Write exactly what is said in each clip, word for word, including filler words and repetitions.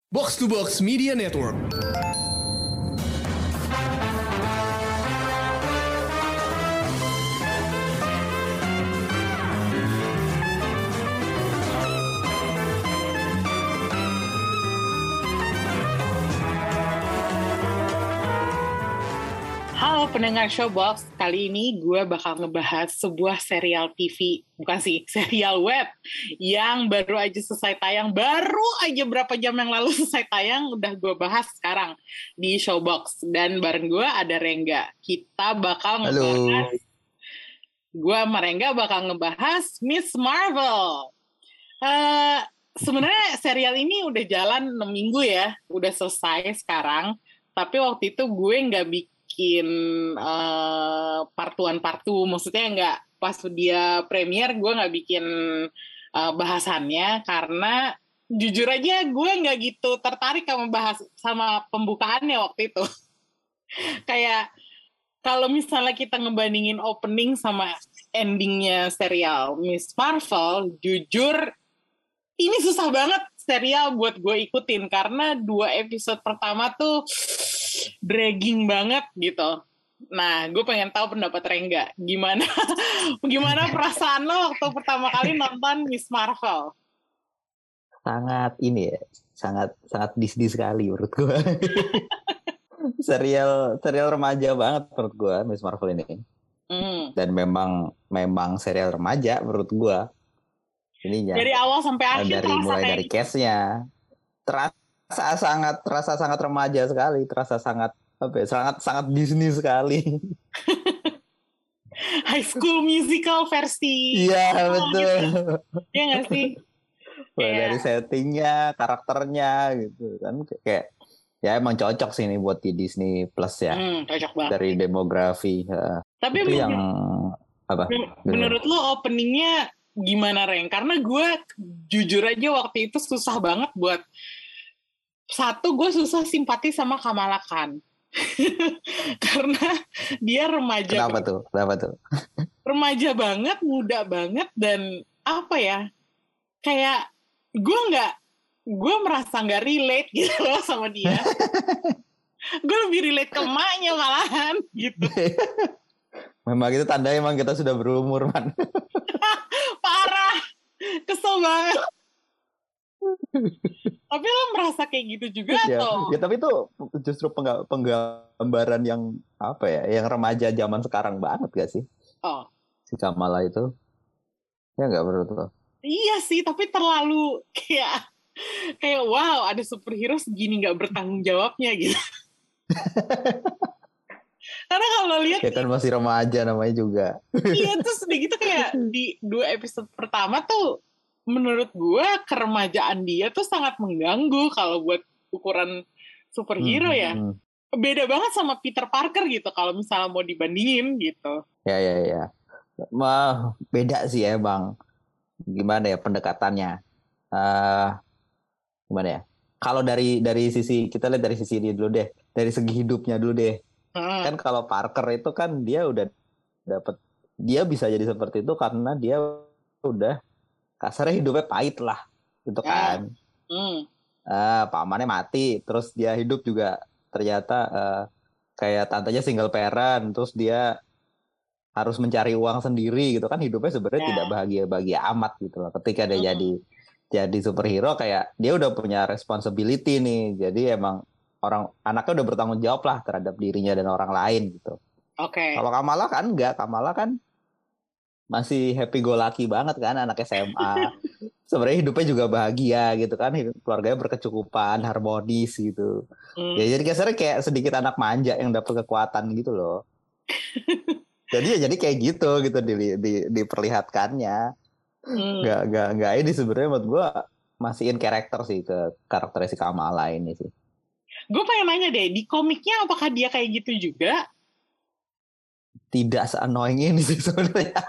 Box to Box Media Network. Halo pendengar Showbox, kali ini gue bakal ngebahas sebuah serial T V, bukan sih, serial web yang baru aja selesai tayang, baru aja berapa jam yang lalu selesai tayang, udah gue bahas sekarang di Showbox. Dan bareng gue ada Rengga, kita bakal ngebahas, Halo. gue sama Rengga bakal ngebahas Miss Marvel. Uh, sebenarnya serial ini udah jalan enam minggu ya, udah selesai sekarang, tapi waktu itu gue nggak bikin bikin uh, part-one, part-two, maksudnya nggak pas dia premier gue nggak bikin uh, bahasannya karena jujur aja gue nggak gitu tertarik sama bahas sama pembukaannya waktu itu. Kayak kalau misalnya kita ngebandingin opening sama endingnya serial Miss Marvel, jujur ini susah banget serial buat gue ikutin karena dua episode pertama tuh dragging banget gitu. Nah, gue pengen tahu pendapat Rengga. Gimana gimana perasaan lo waktu pertama kali nonton Miss Marvel? Sangat ini ya, sangat sangat Disney sekali menurut gue. serial serial remaja banget menurut gue Miss Marvel ini. Mm. Dan memang memang serial remaja menurut gue. Ininya. Dari awal sampai akhir dari mulai dari gitu. cast-nya. Terasa Terasa sangat, terasa sangat remaja sekali, terasa sangat apa ya, sangat sangat Disney sekali. High School Musical versi. Iya betul. Iya nggak sih? Kayak dari settingnya, karakternya gitu kan, kayak ya emang cocok sih ini buat di Disney Plus ya. Hmm, cocok banget. Dari demografi. Tapi itu menurut, yang apa? Menurut lo openingnya gimana, Reng? Karena gue jujur aja waktu itu susah banget buat. Satu, gue susah simpati sama Kamala Khan. Karena dia remaja. Kenapa tuh? Kenapa tuh? Remaja banget, muda banget, dan apa ya, kayak gue nggak, gue merasa nggak relate gitu loh sama dia. Gue lebih relate ke emaknya malahan gitu. Memang itu tanda emang kita sudah berumur, man. Parah, kesel banget. Tapi lo merasa kayak gitu juga ya, atau? Ya tapi itu justru pengga- penggambaran yang apa ya, yang remaja zaman sekarang banget gak sih? Oh. Si Kamala itu. Ya gak menurut lo? Iya sih, tapi terlalu kayak kayak wow, ada superhero segini gak bertanggung jawabnya gitu. Karena kalau lihat ya kan masih remaja namanya juga. Iya, terus udah gitu kayak di dua episode pertama tuh menurut gue keremajaan dia tuh sangat mengganggu kalau buat ukuran superhero hmm, ya. Hmm. Beda banget sama Peter Parker gitu kalau misalnya mau dibandingin gitu. Ya ya ya. Mah beda sih ya, Bang. Gimana ya pendekatannya? Uh, gimana ya? Kalau dari dari sisi kita lihat dari sisi dia dulu deh, dari segi hidupnya dulu deh. Hmm. Kan kalau Parker itu kan dia udah dapat, dia bisa jadi seperti itu karena dia udah kasarnya hidupnya pahit lah, gitu kan. Ya. Hmm. Uh, pamannya mati, terus dia hidup juga ternyata uh, kayak tantenya single parent, terus dia harus mencari uang sendiri gitu kan, hidupnya sebenarnya ya. Tidak bahagia-bahagia amat gitu loh. Ketika dia hmm. jadi jadi superhero kayak dia udah punya responsibility nih, jadi emang orang anaknya udah bertanggung jawab lah terhadap dirinya dan orang lain gitu. Oke. Okay. Kalau Kamala kan enggak, Kamala kan masih happy go lucky banget kan, anak S M A. Sebenarnya hidupnya juga bahagia gitu kan, hidup keluarganya berkecukupan, harmonis gitu. Hmm. Ya jadi kasarnya kayak sedikit anak manja yang dapat kekuatan gitu loh. Jadi ya jadi kayak gitu gitu di, di diperlihatkannya. Hmm. Gak gak gak ini sebenarnya menurut gue masihin karakter sih ke karakter si Kamala ini sih. Gue pengen nanya deh, di komiknya apakah dia kayak gitu juga? Tidak se-annoying ini sih sebenarnya.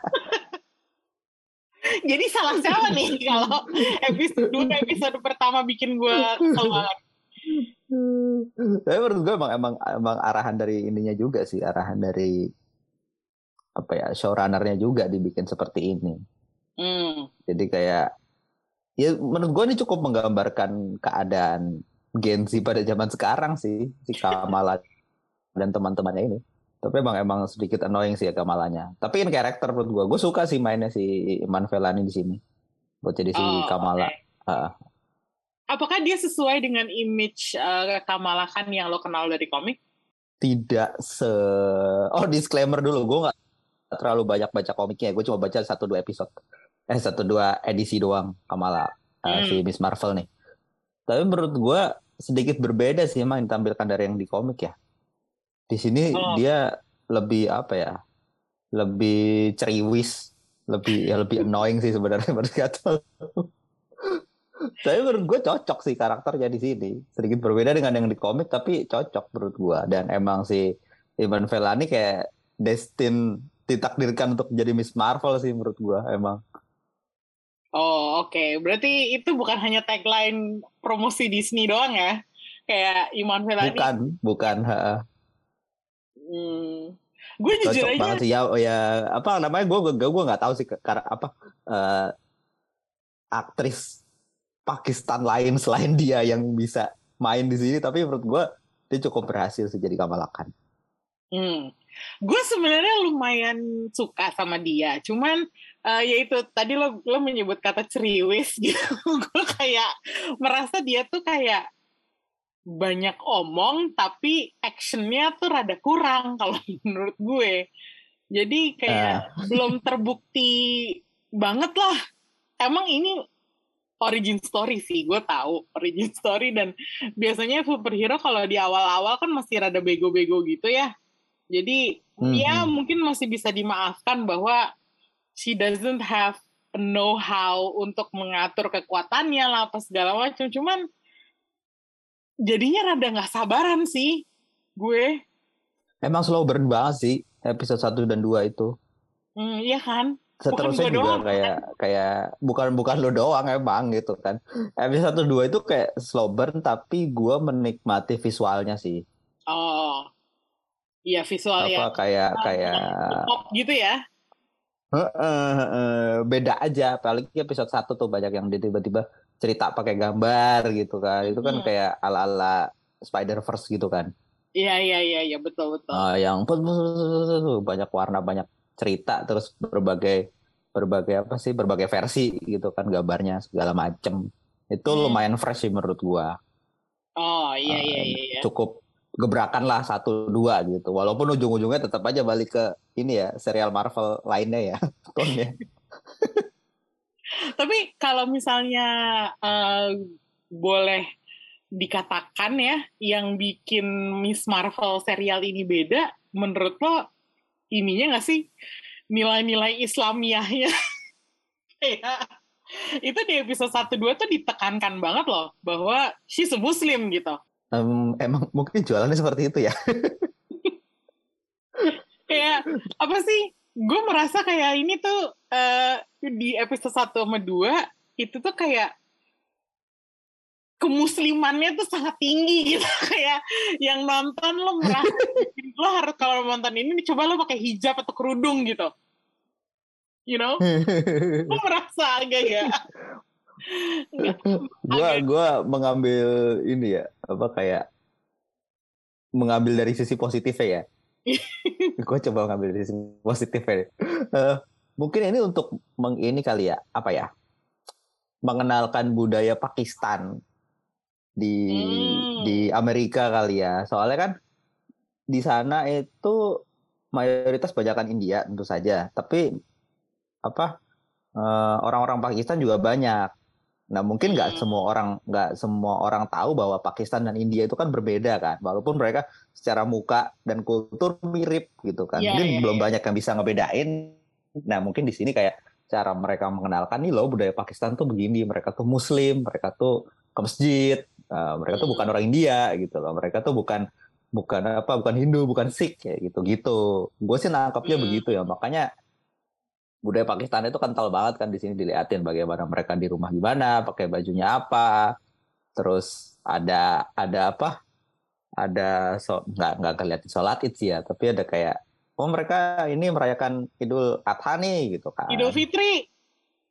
Jadi salah siapa nih kalau episode dua episode pertama bikin gue kesel banget. Tapi menurut gue emang, emang emang arahan dari ininya juga sih, arahan dari apa ya, showrunner-nya juga dibikin seperti ini. Hmm. Jadi kayak ya menurut gue ini cukup menggambarkan keadaan Gen Z pada zaman sekarang sih, si Kamala dan teman-temannya ini. Tapi emang emang sedikit annoying sih ya Kamalanya. Tapi in karakter menurut gue, gue suka sih mainnya si Iman Vellani di sini buat jadi si Oh, Kamala. okay. Uh, Apakah dia sesuai dengan image uh, Kamala Khan yang lo kenal dari komik? Tidak se... Oh, disclaimer dulu, gue nggak terlalu banyak baca komiknya. Gue cuma baca satu dua episode, eh satu dua edisi doang Kamala uh, Hmm. si Miss Marvel nih. Tapi menurut gue sedikit berbeda sih emang ditampilkan dari yang di komik ya. Di sini Oh. dia lebih apa ya? Lebih ceriwis, lebih ya lebih annoying sih sebenarnya berkata. Tapi menurut gue cocok sih karakternya di sini. Sedikit berbeda dengan yang di komik tapi cocok menurut gue. Dan emang si Iman Vellani kayak destin ditakdirkan untuk jadi Miss Marvel sih menurut gue emang. Oh, oke. Okay. Berarti itu bukan hanya tagline promosi Disney doang ya? Kayak Iman Vellani. Bukan, bukan. Hmm. Gue jujur Cocok aja. banget sih ya. Ya apa namanya? Gue gue gue nggak tahu sih karena apa uh, aktris Pakistan lain selain dia yang bisa main di sini. Tapi menurut gue dia cukup berhasil sih jadi Kamala Khan. Hmm. Gue sebenarnya lumayan suka sama dia, cuman uh, ya itu tadi lo lo menyebut kata ceriwis gitu. Gue kayak merasa dia tuh kayak banyak omong tapi actionnya tuh rada kurang kalau menurut gue. Jadi kayak uh. belum terbukti banget lah. Emang ini origin story sih, gue tahu origin story, dan biasanya superhero kalau di awal-awal kan masih rada bego-bego gitu ya. Jadi mm-hmm. ya mungkin masih bisa dimaafkan bahwa she doesn't have know-how untuk mengatur kekuatannya lah apa segala macam. Cuman jadinya rada nggak sabaran sih gue. Emang slow burn banget sih episode satu dan dua itu. Hmm, iya kan? Seterusnya juga doang, kayak kan? kayak bukan bukan lo doang emang gitu kan. Episode satu dua itu kayak slow burn tapi gue menikmati visualnya sih. Oh. Iya visualnya apa kayak uh, kayak pop gitu ya. Uh, uh, uh, beda aja, apalagi episode satu tuh banyak yang tiba-tiba cerita pakai gambar gitu kan. Itu kan hmm. kayak ala-ala Spider-Verse gitu kan. Iya iya iya iya betul betul. Uh, yang banyak warna, banyak cerita, terus berbagai berbagai apa sih berbagai versi gitu kan gambarnya segala macem. Itu hmm. lumayan fresh sih menurut gua. Oh iya iya iya. Uh, cukup gebrakan lah satu dua gitu, walaupun ujung-ujungnya tetap aja balik ke ini ya serial Marvel lainnya ya tonnya. Tapi kalau misalnya uh, boleh dikatakan ya yang bikin Miss Marvel serial ini beda, menurut lo ininya nggak sih nilai-nilai Islamiahnya? Ya, itu di episode satu dua tuh ditekankan banget loh bahwa she's a Muslim gitu. Um, emang mungkin jualannya seperti itu ya. Kayak apa sih? Gue merasa kayak ini tuh uh, di episode satu sama dua itu tuh kayak kemuslimannya tuh sangat tinggi gitu. Kayak yang nonton lo merasa lo harus kalau nonton ini coba lo pakai hijab atau kerudung gitu. You know? Lo merasa agak ya. Gue gue mengambil ini ya apa kayak mengambil dari sisi positifnya ya. Gue coba mengambil dari sisi positifnya. Uh, mungkin ini untuk meng, ini kali ya apa ya mengenalkan budaya Pakistan di hmm. di Amerika kali ya. Soalnya kan di sana itu mayoritas banyakan India tentu saja, tapi apa uh, orang-orang Pakistan juga banyak. Nah mungkin nggak hmm. semua orang nggak semua orang tahu bahwa Pakistan dan India itu kan berbeda kan, walaupun mereka secara muka dan kultur mirip gitu kan. Yeah, mungkin yeah, belum yeah. banyak yang bisa ngebedain. Nah mungkin di sini kayak cara mereka mengenalkan nih loh budaya Pakistan tuh begini, mereka tuh Muslim, mereka tuh ke masjid, uh, mereka tuh bukan orang India gitu loh, mereka tuh bukan bukan apa bukan Hindu, bukan Sikh kayak gitu-gitu. Gue sih nangkapnya hmm. begitu ya, makanya budaya Pakistan itu kental banget kan di sini diliatin bagaimana mereka di rumah gimana, pakai bajunya apa, terus ada ada apa, ada so, nggak nggak kelihatan sholat id sih ya, tapi ada kayak oh mereka ini merayakan Idul Adha nih gitu kan. Idul Fitri.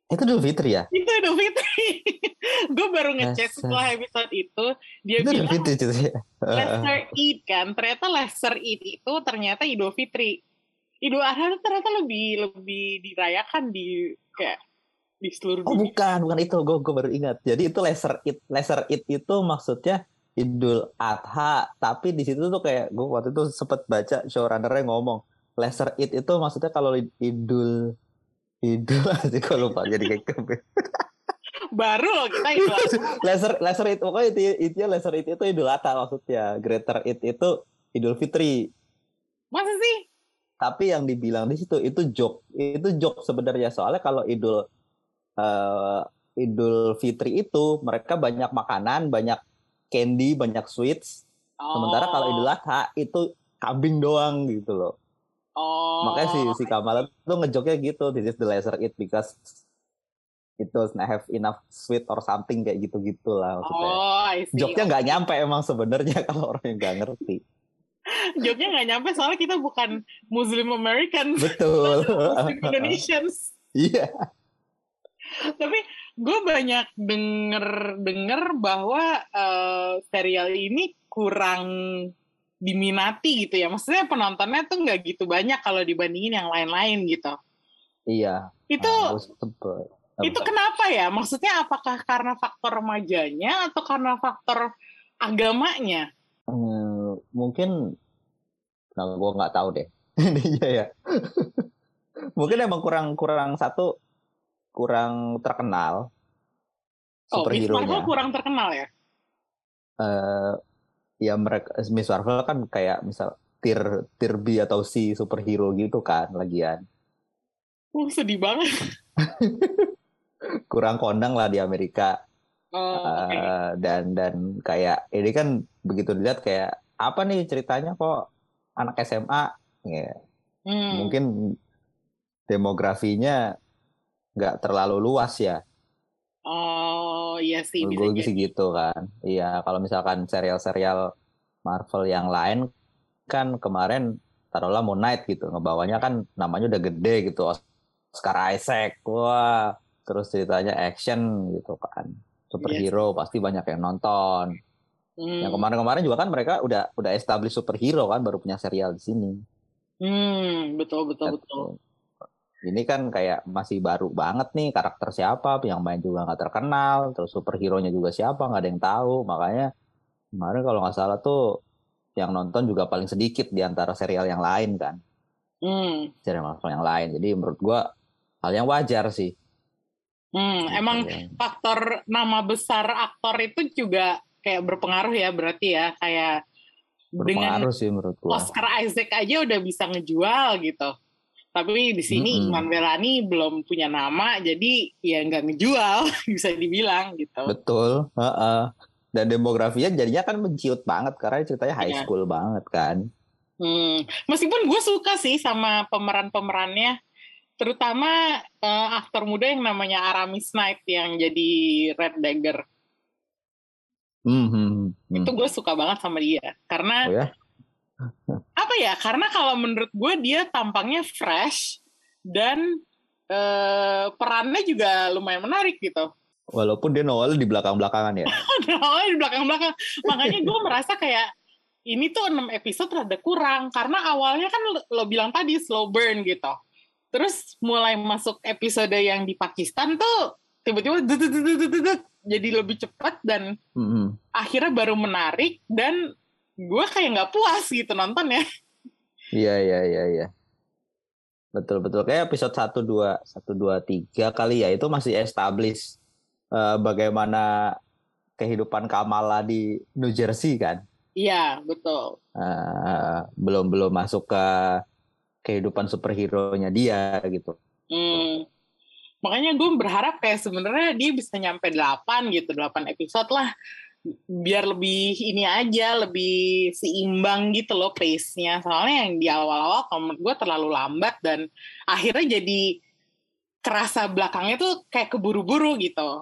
Itu Idul Fitri ya? Itu Idul Fitri. Gue baru ngecek setelah episode itu, dia itu bilang Fitri, itu ya? lesser Eid kan. Ternyata lesser Eid itu ternyata Idul Fitri. Idul Adha itu ternyata lebih lebih dirayakan di kayak di seluruh Oh dunia. bukan, bukan itu. Gue gue baru ingat. Jadi itu lesser Eid. Lesser Eid itu maksudnya Idul Adha. Tapi di situ tuh kayak gue waktu itu sempet baca showrunner-nya ngomong lesser Eid itu maksudnya kalau Idul Idul aja gue lupa jadi kayak kebe. Baru loh kita Idul Adha. lesser lesser Eid pokoknya itu itu lesser Eid itu Idul Adha maksudnya. Greater Eid itu Idul Fitri. Masa sih? Tapi yang dibilang di situ itu joke. Itu joke sebenarnya soalnya kalau Idul uh, Idul Fitri itu mereka banyak makanan, banyak candy, banyak sweets. Oh. Sementara kalau Idul Adha itu kambing doang gitu loh. Oh. Makanya si si Kamala tuh ngejoknya gitu, this is the lesser Eid because it does not have enough sweet or something kayak gitu-gitu lah maksudnya. Oh, I see. Joknya nggak okay. nyampe emang sebenarnya kalau orang yang nggak ngerti. Joknya nggak nyampe soalnya kita bukan Muslim Americans. Betul. Muslim Indonesians. Iya. Tapi gue banyak denger-denger bahwa uh, serial ini kurang diminati gitu ya. Maksudnya penontonnya tuh nggak gitu banyak kalau dibandingin yang lain-lain gitu. Iya. Itu uh, itu kenapa ya? Maksudnya apakah karena faktor remajanya atau karena faktor agamanya? Hmm, mungkin, nah gue nggak tahu deh. Ini ya. Mungkin emang kurang kurang satu kurang terkenal. Oh, Miss Marvel superhero-nya. kurang terkenal ya? Uh, ya mereka Miss Marvel kan kayak misal tier tier B atau C superhero gitu kan lagian. Uh, sedih banget. Kurang kondang lah di Amerika. Oh, okay. uh, dan dan kayak ini kan begitu dilihat kayak apa nih ceritanya kok anak S M A ya. Hmm. Mungkin demografinya nggak terlalu luas ya. Oh iya sih. Gue sih gitu kan. Iya kalau misalkan serial-serial Marvel yang lain kan kemarin taruhlah Moon Knight gitu ngebawanya kan namanya udah gede gitu, Oscar Isaac, wah terus ceritanya action gitu kan, superhero yes. Pasti banyak yang nonton. Hmm. Yang kemarin-kemarin juga kan mereka udah udah establish superhero kan baru punya serial di sini. Hmm betul betul gitu. betul. Ini kan kayak masih baru banget nih karakter siapa yang main juga nggak terkenal, terus superhero-nya juga siapa nggak ada yang tahu, makanya kemarin kalau nggak salah tuh yang nonton juga paling sedikit di antara serial yang lain kan. Hmm. Serial Marvel yang lain. Jadi menurut gue hal yang wajar sih. Hmm, gitu emang ya. Faktor nama besar aktor itu juga kayak berpengaruh ya berarti ya. Kayak berpengaruh dengan sih menurut gue. Oscar Isaac aja udah bisa ngejual gitu. Tapi di sini mm-hmm. Iman Vellani belum punya nama, jadi ya nggak ngejual, bisa dibilang gitu. Betul. Uh-uh. Dan demografinya jadinya kan menciut banget karena ceritanya high yeah. school banget kan. Hmm. Meskipun gue suka sih sama pemeran-pemerannya, terutama uh, aktor muda yang namanya Aramis Knight yang jadi Red Dagger. Mm-hmm. Itu gue suka banget sama dia karena oh, ya? apa ya? Karena kalau menurut gue dia tampangnya fresh dan uh, perannya juga lumayan menarik gitu. Walaupun dia nongol di belakang-belakangan ya. Nongol di belakang-belakang. Makanya gue merasa kayak ini tuh enam episode rada kurang. Karena awalnya kan lo, lo bilang tadi slow burn gitu. Terus mulai masuk episode yang di Pakistan tuh tiba-tiba jadi lebih cepat dan mm-hmm. akhirnya baru menarik. Dan gue kayak gak puas gitu nonton ya. Iya, iya, iya. iya. Betul-betul. Kayak episode satu, dua, satu, dua, tiga kali ya. Itu masih establish. Uh, bagaimana kehidupan Kamala di New Jersey kan? Iya betul. Uh, belum belum masuk ke kehidupan superhero-nya dia gitu. Hmm. Makanya gue berharap kayak sebenarnya dia bisa nyampe delapan gitu, delapan episode lah, biar lebih ini aja, lebih seimbang gitu loh pace-nya. Soalnya yang di awal-awal kalau menurut gue terlalu lambat dan akhirnya jadi kerasa belakangnya tuh kayak keburu-buru gitu.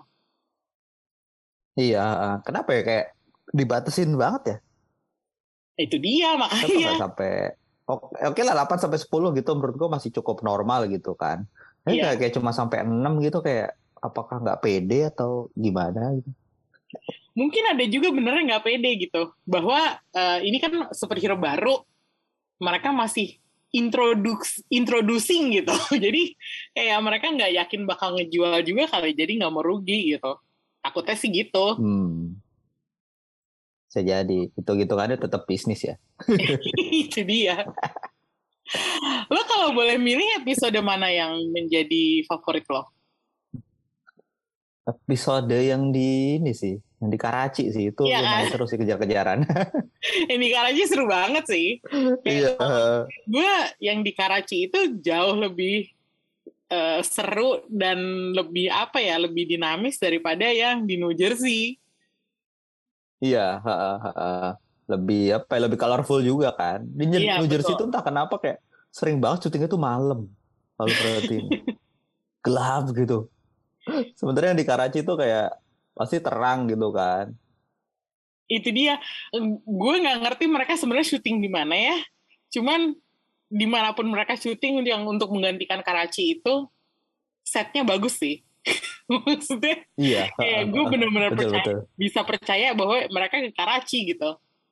Iya, kenapa ya kayak dibatasin banget ya? Itu dia makanya. Sampai, sampai oke, oke lah delapan sampai sepuluh gitu menurut gue masih cukup normal gitu kan. Eh, Iya. kayak, kayak cuma sampai enam gitu, kayak apakah nggak pede atau gimana gitu. Mungkin ada juga benernya nggak pede gitu. Bahwa uh, ini kan superhero baru, mereka masih introduce, introducing gitu. Jadi kayak mereka nggak yakin bakal ngejual juga kali, jadi nggak mau rugi gitu. Takutnya sih gitu. Hmm. Bisa jadi. Itu-gitu-gitu tetap bisnis ya. Itu dia. Lo kalau boleh milih episode mana yang menjadi favorit lo? Episode yang di ini sih, yang di Karachi sih, itu Iya kan? lumayan seru sih kejar-kejaran. Yang di Karachi seru banget sih. Iya. Gue yang di Karachi itu jauh lebih uh, seru dan lebih apa ya, lebih dinamis daripada yang di New Jersey. Iya, ha, ha, ha. lebih apa? ya, Lebih colorful juga kan. Di New Iya, Jersey betul. itu entah kenapa kayak sering banget syutingnya tuh malam. Kalau perhatiin, gelap gitu. Sebenarnya yang di Karachi itu kayak pasti terang gitu kan. Itu dia. Gue nggak ngerti mereka sebenarnya syuting di mana ya. Cuman dimanapun mereka syuting yang untuk menggantikan Karachi itu setnya bagus sih. Maksudnya Iya, ha, kayak ha, gue ha. benar-benar Betul percaya, betul. bisa percaya bahwa mereka ke Karachi gitu.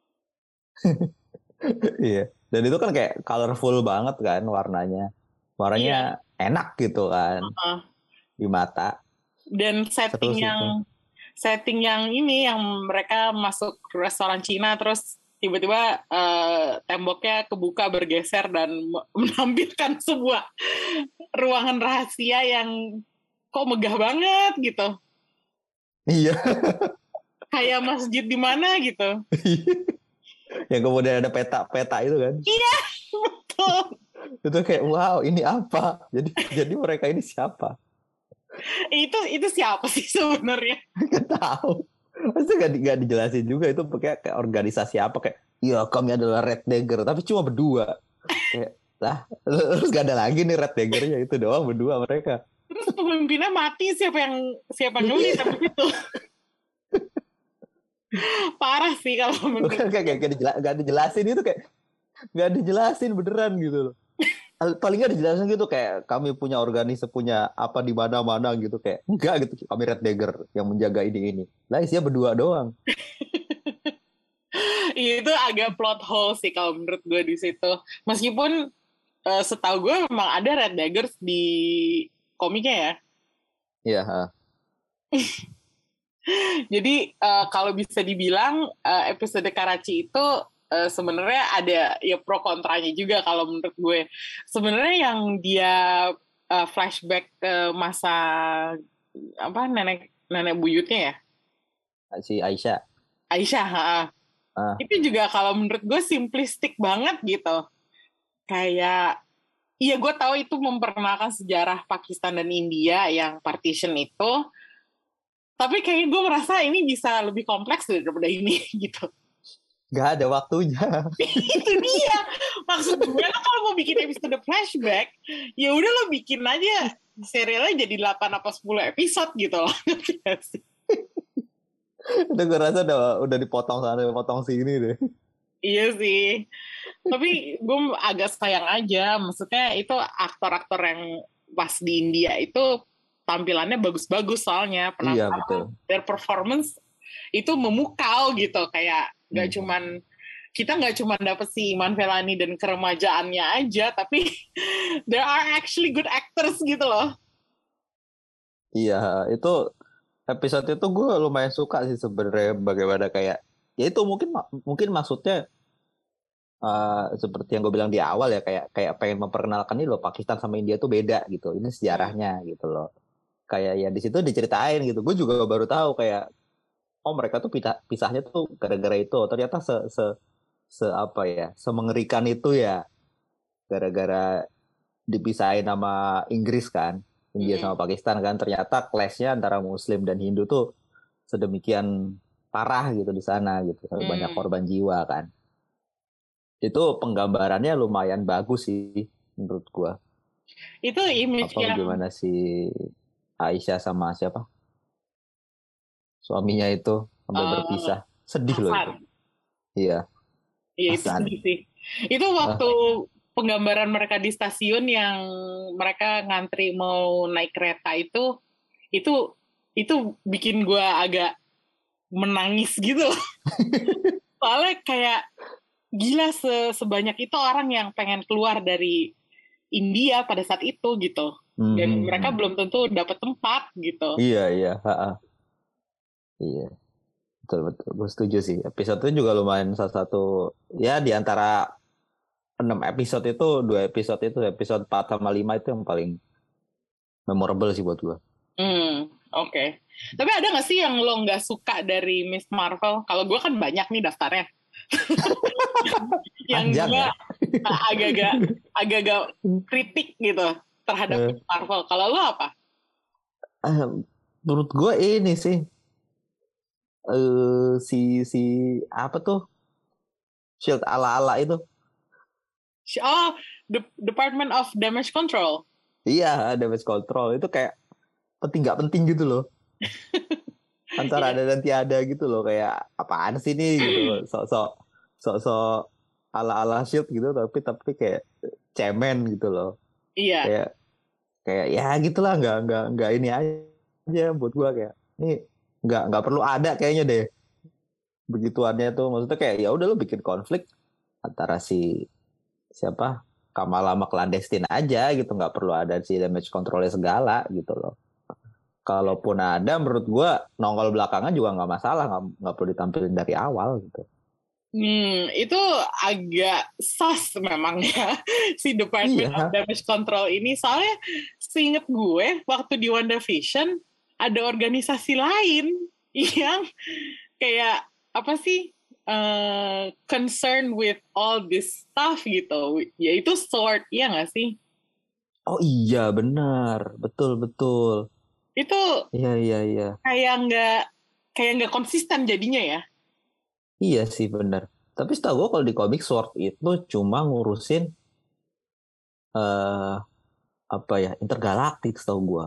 Iya. Dan itu kan kayak colorful banget kan warnanya. Iya. Warnanya enak gitu kan Uh, di mata. dan Seru setting sih yang itu. setting yang ini yang mereka masuk ke restoran Cina terus tiba-tiba uh, temboknya kebuka bergeser dan menampilkan sebuah ruangan rahasia yang kok megah banget gitu. Iya. Kayak masjid di mana gitu. Yang kemudian ada peta-peta itu kan. Iya, betul. Itu kayak wow, ini apa? Jadi jadi mereka ini siapa? Itu itu siapa sih sebenarnya? Gak tahu. Pasti gak, di, gak dijelasin juga itu kayak, kayak organisasi apa kayak iya kami adalah Red Dagger tapi cuma berdua. Kayak lah terus gak ada lagi nih Red Daggernya itu doang berdua mereka. Terus pemimpinnya mati, siapa yang siapa yang ngelit habis itu? Parah sih kalau menurut Bukan kayak, kayak, kayak dijela- gak dijelasin itu kayak gak dijelasin beneran gitu loh. Paling gak dijelasin gitu kayak kami punya organisasi punya apa di mana-mana gitu kayak enggak gitu kami Red Dagger yang menjaga ini ini. Lah isinya berdua doang. itu agak plot hole sih kalau menurut gue di situ. Meskipun uh, setahu gue memang ada Red Daggers di komiknya ya. Iya. Jadi uh, kalau bisa dibilang uh, episode Karachi itu uh, sebenarnya ada ya pro kontranya juga kalau menurut gue. Sebenarnya yang dia uh, flashback ke masa apa nenek nenek buyutnya ya, Si Aisyah. Aisyah. Ha, Ah. itu juga kalau menurut gue simplistik banget gitu. Kayak iya gue tahu itu memperkenalkan sejarah Pakistan dan India yang partition itu. Tapi kayaknya gue merasa ini bisa lebih kompleks daripada ini gitu. Gak ada waktunya. Itu dia. Maksud gue lo kalau mau bikin episode flashback, ya udah lo bikin aja serialnya jadi delapan apa sepuluh episode gitu loh. Udah gue rasa udah, udah dipotong sana, dipotong sini deh. Iya sih. Tapi gue agak sayang aja. Maksudnya itu aktor-aktor yang pas di India itu tampilannya bagus-bagus soalnya. Iya, Penasaran betul. their performance itu memukau gitu. Kayak gak Hmm. cuman, kita gak cuman dapet si Iman Vellani dan keremajaannya aja, tapi there are actually good actors gitu loh. Iya, itu episode itu gue lumayan suka sih sebenarnya bagaimana kayak ya itu mungkin mungkin maksudnya uh, seperti yang gue bilang di awal ya kayak kayak pengen memperkenalkan ini loh Pakistan sama India tuh beda gitu. Ini sejarahnya gitu loh. Kayak ya di situ diceritain gitu. Gue juga baru tahu kayak oh mereka tuh pisah, pisahnya tuh gara-gara itu. Ternyata se se se apa ya, semengerikan itu ya gara-gara dipisahin sama Inggris kan. India sama Pakistan kan ternyata clash-nya antara Muslim dan Hindu tuh sedemikian parah gitu di sana gitu sampai Hmm. banyak korban jiwa kan. Itu penggambarannya lumayan bagus sih menurut gua. Itu image Apa yang gimana si Aisyah sama siapa? Suaminya itu sampai uh, berpisah. Sedih loh itu. Hasan. Iya. Iya itu Hasan. sedih sih. Itu waktu penggambaran mereka di stasiun yang mereka ngantri mau naik kereta itu, itu itu bikin gue agak menangis gitu. Soalnya kayak gila se- sebanyak itu orang yang pengen keluar dari India pada saat itu gitu. Dan Hmm. mereka belum tentu dapat tempat gitu. Iya, iya. Ha-ha. Iya. Betul, betul. Gue setuju sih. Episode itu juga lumayan salah satu, ya di antara enam episode itu, dua episode itu, episode empat sama lima itu yang paling memorable sih buat gue. Hmm, oke. Okay. Tapi ada nggak sih yang lo nggak suka dari Miss Marvel? Kalau gue kan banyak nih daftarnya. Yang Panjang gue ya? agak-agak agak-agak kritik gitu terhadap Eh. Miss Marvel. Kalau lo apa? Eh, menurut gue ini sih, eh si si apa tuh, shield ala-ala itu. Oh, the Department of Damage Control. Iya, damage control itu kayak penting nggak penting gitu loh. Antara ada dan tiada gitu loh, kayak apaan sih nih gitu loh. Sok-sok sok-sok ala-ala shield gitu, tapi tapi kayak cemen gitu loh. Iya. Kayak kayak ya gitulah, nggak nggak nggak ini aja buat gua, kayak ini nggak nggak perlu ada kayaknya deh begituannya tuh. Maksudnya kayak ya udah lo bikin konflik antara si siapa Kamala sama clandestine aja gitu, nggak perlu ada si damage controlnya segala gitu loh. Kalaupun ada, menurut gue nongol belakangan juga nggak masalah, nggak nggak perlu ditampilin dari awal gitu. Hmm, itu agak sus memang ya si Department Iya. of Damage Control ini. Soalnya seinget gue waktu di WandaVision ada organisasi lain yang kayak apa sih uh, concern with all this stuff gitu, yaitu S W O R D, ya nggak sih? Oh iya benar, betul betul. Itu Iya iya iya. kayak nggak kayak nggak konsisten jadinya ya. Iya sih benar. Tapi setahu gue kalau di komik S W O R D itu cuma ngurusin uh, apa ya, intergalaktik setahu gue.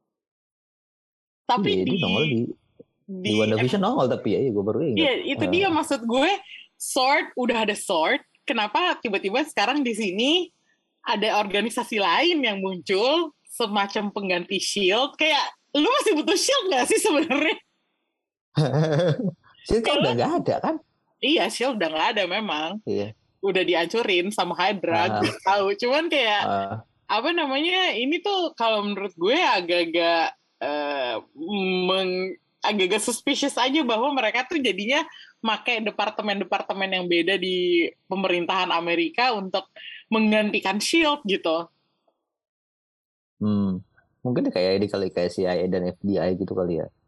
Tapi iya, di di nongol di di, di WandaVision nongol, tapi ya, ya gue baru ingat. Iya, itu uh. dia maksud gue. S W O R D udah ada S W O R D, kenapa tiba-tiba sekarang di sini ada organisasi lain yang muncul semacam pengganti Shield? Kayak lu masih butuh Shield nggak sih sebenarnya? Shield kan udah nggak ada kan? Iya, Shield udah nggak ada memang. Iya. Udah dihancurin sama Hydra, uh. gue tahu. Cuman kayak uh. apa namanya? Ini tuh kalau menurut gue agak-agak uh, meng agak-agak suspicious aja bahwa mereka tuh jadinya pakai departemen-departemen yang beda di pemerintahan Amerika untuk menggantikan Shield gitu. Hmm, mungkin kayak ini kali, kayak C I A dan F B I gitu kali ya.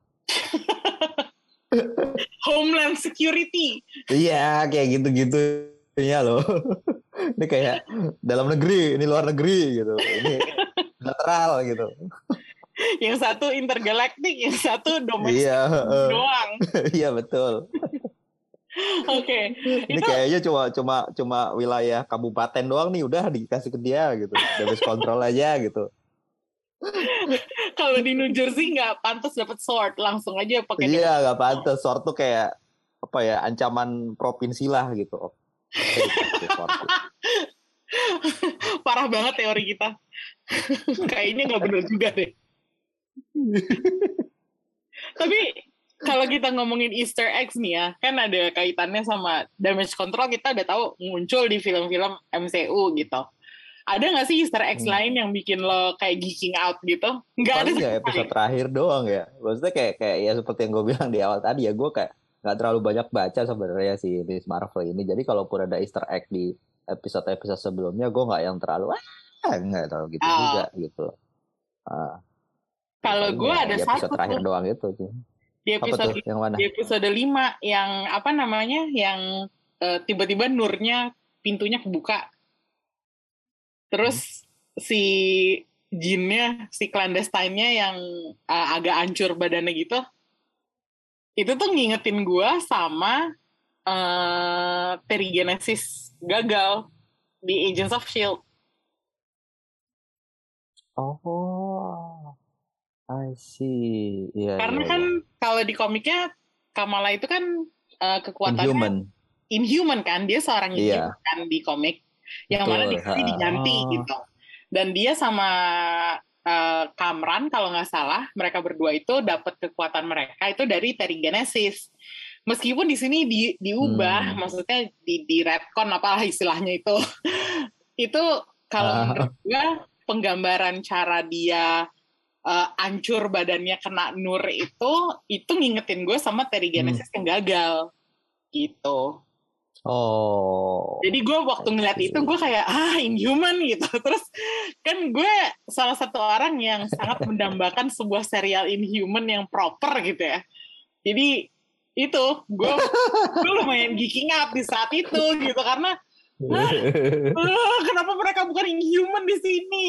Homeland Security. Iya, kayak gitu-gitu ya loh. Ini kayak dalam negeri, ini luar negeri gitu. Ini lateral gitu. Yang satu intergalaktik, yang satu domestik iya, uh, doang. Iya betul. Oke. Okay. Ini itu kayaknya cuma cuma cuma wilayah kabupaten doang nih, udah dikasih ke dia gitu. Damage control aja gitu. Kalau di New Jersey nggak pantas dapat S W O R D, langsung aja pakai. Iya, nggak pantas. S W O R D tuh kayak apa ya, ancaman provinsi lah gitu. Okay, gitu, parah banget teori kita. Kayaknya nggak benar juga deh. Tapi kalau kita ngomongin Easter eggs nih ya, kan ada kaitannya sama damage control, kita udah tahu muncul di film-film M C U gitu. Ada nggak sih Easter eggs hmm. lain yang bikin lo kayak geeking out gitu? Nggak ada ya episode terakhir doang ya. Maksudnya kayak kayak ya seperti yang gue bilang di awal tadi ya, gue kayak nggak terlalu banyak baca sebenarnya si Miss Marvel ini. Jadi kalaupun ada Easter egg di episode-episode sebelumnya, gue nggak yang terlalu ah nggak terlalu gitu oh. juga gitu. Uh, Kalau gue ada di episode satu terakhir tuh. doang itu. Di episode yang mana? Di episode lima yang apa namanya? Yang uh, tiba-tiba nurnya pintunya kebuka. Terus hmm. si jinnya, si clandestine-nya yang uh, agak hancur badannya gitu. Itu tuh ngingetin gue sama uh, Terrigenesis gagal di Agents of S H I E L D. Oh, I see. Yeah, Karena yeah, kan yeah. kalau di komiknya Kamala itu kan uh, kekuatannya Inhuman. Inhuman kan, dia seorang yeah. Inhuman kan di komik. yang mana di Betul. sini diganti Oh. gitu. Dan dia sama uh, Kamran kalau nggak salah, mereka berdua itu dapat kekuatan mereka itu dari Terrigenesis. Meskipun di sini di, diubah, Hmm. maksudnya di, di retcon apalah istilahnya itu. Itu kalau Ah. menurut gue penggambaran cara dia uh, hancur badannya kena nur itu, itu ngingetin gue sama Terrigenesis yang gagal gitu. Oh. Jadi gue waktu ngeliat itu gue kayak ah Inhuman gitu. Terus kan gue salah satu orang yang sangat mendambakan sebuah serial Inhuman yang proper gitu ya. Jadi itu gue gue lumayan geeking up di saat itu gitu karena ah, ah, kenapa mereka bukan Inhuman di sini?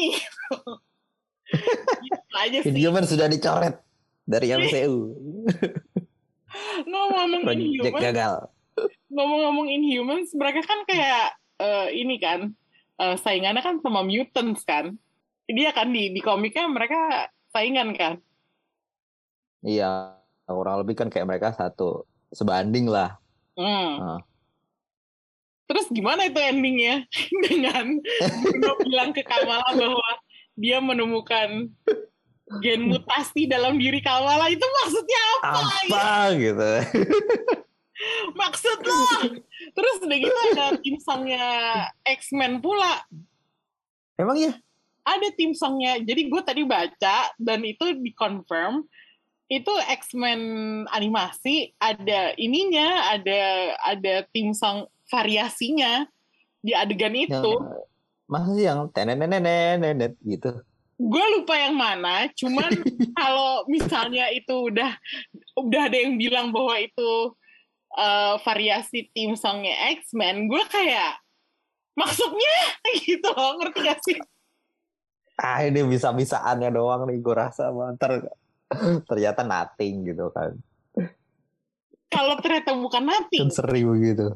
Gitu aja sih. Inhuman sudah dicoret dari M C U. Ngomong-ngomong Project Inhuman, gagal. ngomong-ngomong Inhumans, mereka kan kayak uh, ini kan uh, saingannya kan sama mutants kan. Dia kan di di komiknya mereka saingan kan. Iya, kurang lebih kan kayak mereka satu sebanding lah. Hmm. Uh. Terus gimana itu endingnya dengan Bruno bilang ke Kamala bahwa dia menemukan gen mutasi dalam diri Kamala, itu maksudnya apa? Apa gitu? Maksud lo? Terus udah gitu ada tim songnya X-Men pula. Emang ya? Ada tim songnya. Jadi gue tadi baca dan itu dikonfirm. Itu X-Men animasi ada ininya, ada ada tim song variasinya di adegan itu. Yang, masa sih yang tenenenenenenet gitu? Gue lupa yang mana. Cuman kalau misalnya itu udah udah ada yang bilang bahwa itu Uh, variasi tim songnya X-Men, gue kayak maksudnya gitu loh, ngerti gak sih? Ah ini bisa-bisaannya doang nih gue rasa ter ternyata nothing gitu kan. Kalau ternyata bukan nothing Kan seri begitu.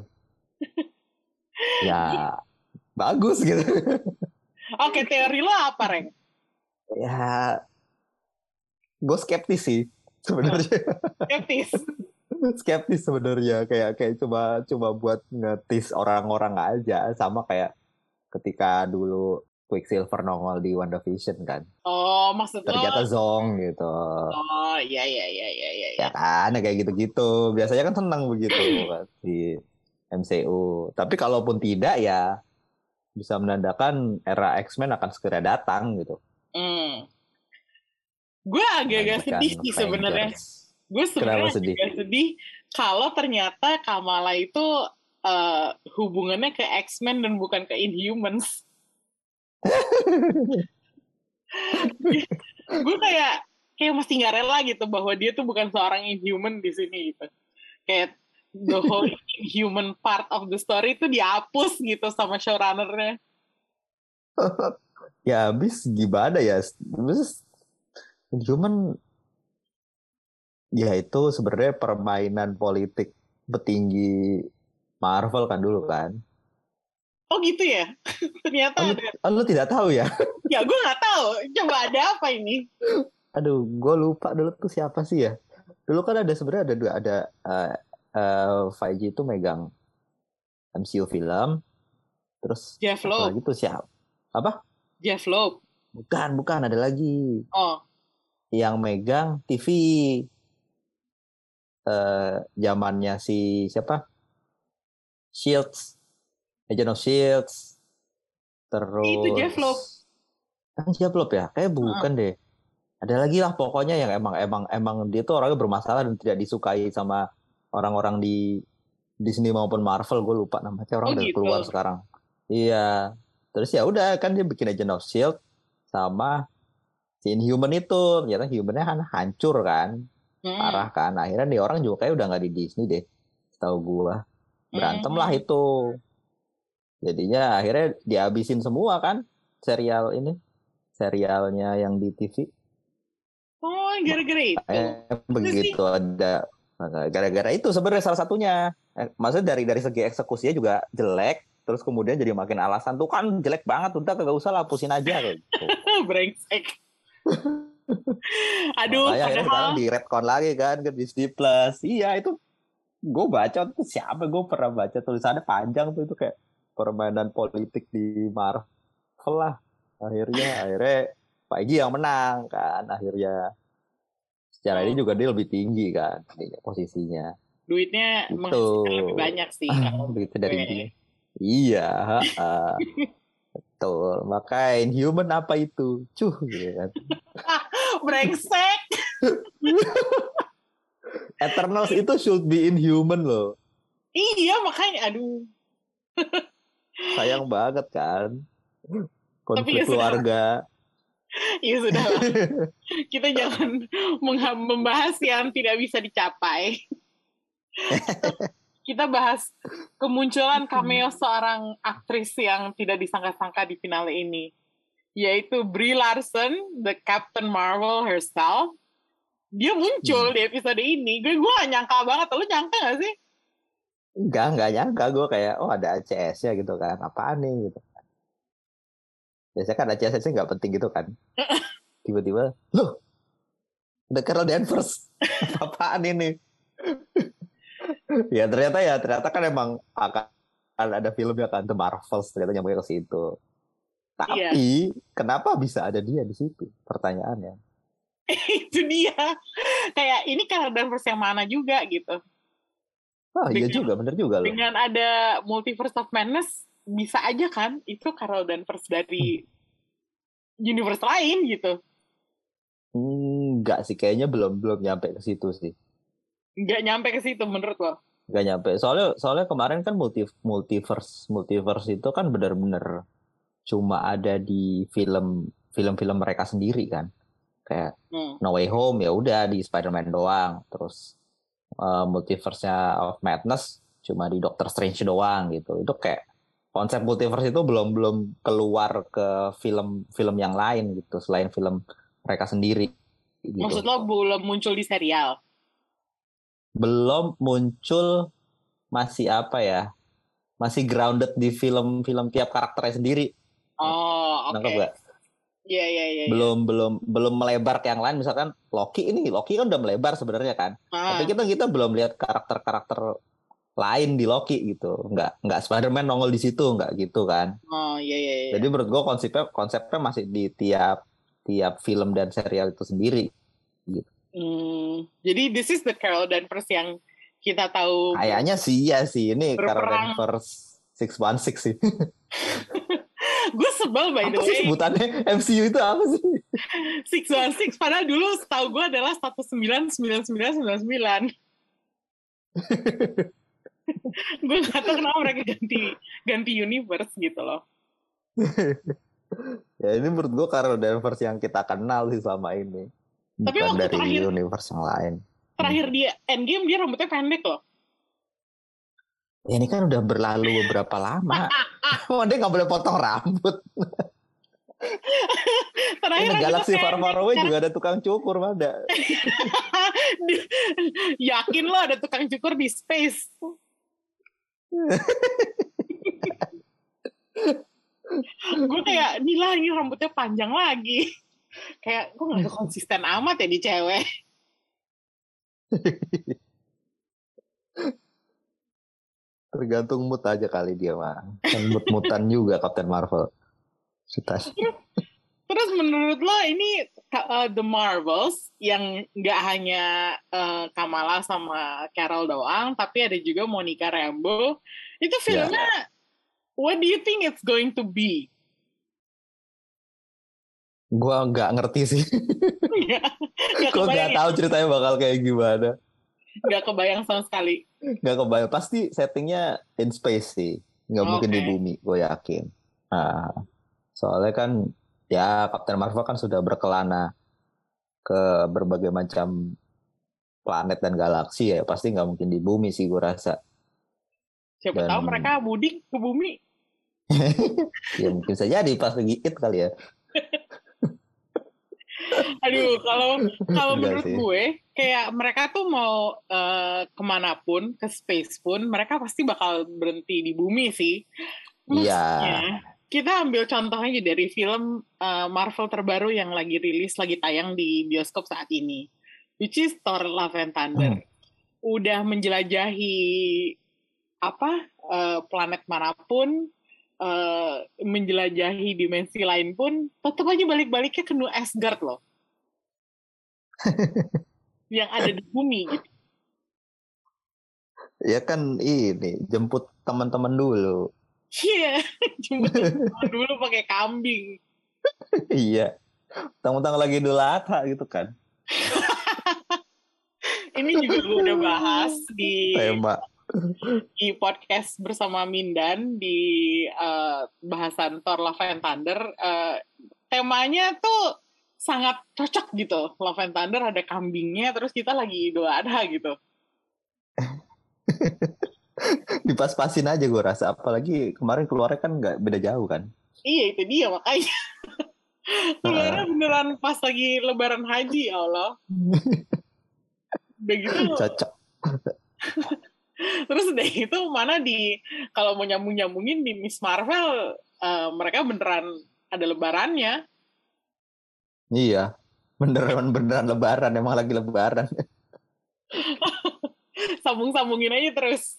Ya bagus gitu. Oke, teori lo apa, Reng? Ya gue skeptis sih sebenarnya. Skeptis. Skeptis sebenarnya kayak kayak coba coba buat ngetis orang-orang aja, sama kayak ketika dulu Quicksilver nongol di WandaVision kan. Oh, maksud lo ternyata Zong gitu. Oh, iya iya iya iya iya. Ya kan kayak gitu-gitu. Biasanya kan senang begitu kan di M C U. Tapi kalaupun tidak ya bisa menandakan era X-Men akan segera datang gitu. Hmm. Gue agak-agak sedih sih sebenarnya. Gue sebenarnya sedih? agak sedih kalau ternyata Kamala itu uh, hubungannya ke X-Men dan bukan ke Inhumans. Gue kayak kayak masih nggak rela gitu bahwa dia tuh bukan seorang Inhuman di sini gitu. Kayak the whole Inhuman part of the story itu dihapus gitu sama showrunner-nya. Ya habis gimana ya? Habis Inhuman ya itu sebenarnya permainan politik petinggi Marvel kan dulu kan. Oh gitu ya? Ternyata oh, ada. Oh, lu tidak tahu ya? Ya gue gak tahu. Coba ada apa ini? Aduh, gue lupa dulu tuh siapa sih ya. Dulu kan ada sebenarnya ada dua ada uh, uh, Feige itu megang M C U film. Terus Jeff apa Loeb. lagi tuh siapa? Apa? Jeff Loeb. Bukan, bukan ada lagi. Oh. Yang megang T V. Uh, zamannya si siapa? Shields, Agent of Shields, terus itu Jeff Loeb. Kan Jeff Loeb ya? Kayak bukan uh-huh. deh. Ada lagi lah pokoknya yang emang emang emang dia tuh orangnya bermasalah dan tidak disukai sama orang-orang di Disney maupun Marvel. Gue lupa namanya, orang oh, udah gitu. Keluar sekarang. Iya. Terus ya udah kan dia bikin Agent of Shield sama si Inhuman itu. Ternyata Inhuman-nya kan hancur kan. Parah kan, akhirnya nih orang juga kayak udah nggak di Disney deh, setahu gua. Berantem lah mm-hmm. itu, jadinya akhirnya dihabisin semua kan serial ini, serialnya yang di T V. Oh, gara-gara itu. Eh, begitu ada, gara-gara itu sebenarnya salah satunya. Eh, maksudnya dari dari segi eksekusinya juga jelek, terus kemudian jadi makin alasan tuh kan jelek banget, udah kagak usah lah, hapusin aja kayak gitu. Brengsek. Aduh, makanya padahal sekarang di retcon lagi kan ke Disney Plus. Iya itu gue baca tuh siapa, gue pernah baca tulisannya panjang tuh itu kayak permainan politik di Marvel lah. Akhirnya akhirnya Feige yang menang kan akhirnya. Secara ini juga dia lebih tinggi kan posisinya. Duitnya Gitu. menghasilkan lebih banyak sih kalau Duitnya dari gue. dia. Iya, uh, betul. Maka Inhuman apa itu? Cuh, gitu kan. Brengsek. Eternals itu should be Inhuman loh. Iya, makanya aduh. Sayang banget kan. Konflik Tapi ya keluarga. Ya sudah lah. Kita jangan membahas yang tidak bisa dicapai. Kita bahas kemunculan cameo seorang aktris yang tidak disangka-sangka di finale ini, yaitu Brie Larson, the Captain Marvel herself. Dia muncul hmm. di episode ini. Gue gue gak nyangka banget. Lu nyangka gak sih? Enggak, enggak nyangka. Gue kayak, oh ada A C S-nya gitu kan. Apaan nih gitu. Biasanya kan A C S-nya gak penting gitu kan. Tiba-tiba, loh, ada Carol Danvers. Apaan ini? Ya ternyata ya, ternyata kan emang akan ada filmnya kan, The Marvels, ternyata nyambungnya ke situ. Tapi, iya. Kenapa bisa ada dia di situ? Pertanyaannya. Itu dia. Kayak, ini Carol Danvers yang mana juga gitu. Oh iya juga, bener juga loh. Dengan ada Multiverse of Madness, bisa aja kan, itu Carol Danvers dari hmm. universe lain gitu. Enggak sih, kayaknya belum belum nyampe ke situ sih. Enggak nyampe ke situ menurut lo? Enggak nyampe. Soalnya soalnya kemarin kan multi, multiverse multiverse itu kan benar-benar cuma ada di film film-film mereka sendiri kan. Kayak hmm. No Way Home ya udah di Spider-Man doang. Terus uh, Multiverse-nya of Madness cuma di Doctor Strange doang gitu. Itu kayak konsep multiverse itu belum belum keluar ke film-film yang lain gitu selain film mereka sendiri. Gitu. Maksud lo belum muncul di serial? Belum muncul, masih apa ya? Masih grounded di film-film tiap karakternya sendiri. Oh, oke. Okay. Iya, iya, iya. Belum belum belum melebar ke yang lain. Misalkan Loki ini, Loki kan udah melebar sebenarnya kan. Ah. Tapi kita kita belum lihat karakter-karakter lain di Loki gitu. Enggak enggak Spider-Man nongol di situ, enggak gitu kan. Oh, iya, iya, iya. Jadi menurut gue konsepnya konsepnya masih di tiap tiap film dan serial itu sendiri gitu. Hmm, jadi this is the Carol Danvers yang kita tahu. Kayaknya sih ya sih ini Carol Danvers six one six sih. Gue sebel by the way. Apa sih sebutannya M C U itu apa sih? six one six padahal dulu setahu gue adalah satu sembilan sembilan sembilan sembilan sembilan. Gue nggak tahu kenapa mereka ganti ganti universe gitu loh. Ya ini menurut gue Carol Danvers yang kita kenal sih selama ini. Bukan tapi waktu dari terakhir, universe yang lain. Terakhir hmm. dia Endgame dia rambutnya pendek loh. Ya ini kan udah berlalu beberapa lama. Oh, dia nggak boleh potong rambut. Terakhir ini Galaxy Far Far Away juga ada tukang cukur ada. Yakin lo ada tukang cukur di space? Gue kayak Nila ini rambutnya panjang lagi. Kayak gue gak konsisten amat ya di cewek. Tergantung mood aja kali dia mah. Kan mood-moodan juga Captain Marvel. Terus, terus menurut lo ini uh, The Marvels yang gak hanya uh, Kamala sama Carol doang, tapi ada juga Monica Rambeau. Itu filmnya yeah. What do you think it's going to be? Gua nggak ngerti sih. Gue nggak tahu ceritanya bakal kayak gimana. Nggak kebayang sama sekali. Nggak kebayang. Pasti settingnya in space sih. Nggak okay. mungkin di bumi, gue yakin. Nah, soalnya kan ya Captain Marvel kan sudah berkelana ke berbagai macam planet dan galaksi ya. Pasti nggak mungkin di bumi sih gue rasa. Siapa dan... tahu mereka mudik ke bumi. Ya mungkin saja di pas lagi it kali ya. Aduh, kalau kalau menurut sih. gue kayak mereka tuh mau uh, kemanapun, ke space pun, mereka pasti bakal berhenti di bumi sih. Maksudnya, yeah. kita ambil contoh aja dari film uh, Marvel terbaru yang lagi rilis, lagi tayang di bioskop saat ini, which is Thor: Love and Thunder. Hmm. Udah menjelajahi apa uh, planet manapun, uh, menjelajahi dimensi lain pun tetap aja balik-baliknya ke New Asgard loh. Yang ada di bumi gitu. Ya kan ini jemput teman-teman dulu. Iya, yeah, jemput teman dulu pakai kambing. Iya. Tentang lagi Idul Adha gitu kan. Ini juga gue udah bahas di tema di podcast bersama Mindan di uh, bahasan Thor Love and Thunder. Uh, temanya tuh sangat cocok gitu. Love and Thunder ada kambingnya, terus kita lagi Idul Adha gitu. Dipas-pasin aja gue rasa. Apalagi kemarin keluarnya kan nggak beda jauh kan. Iya itu dia makanya. Keluarnya uh. beneran pas lagi lebaran haji, ya Allah. Udah gitu. Cocok. Terus udah gitu mana di kalau mau nyambung-nyambungin di Miss Marvel uh, mereka beneran ada lebarannya. Iya, beneran beneran lebaran, emang lagi lebaran. Sambung-sambungin aja terus.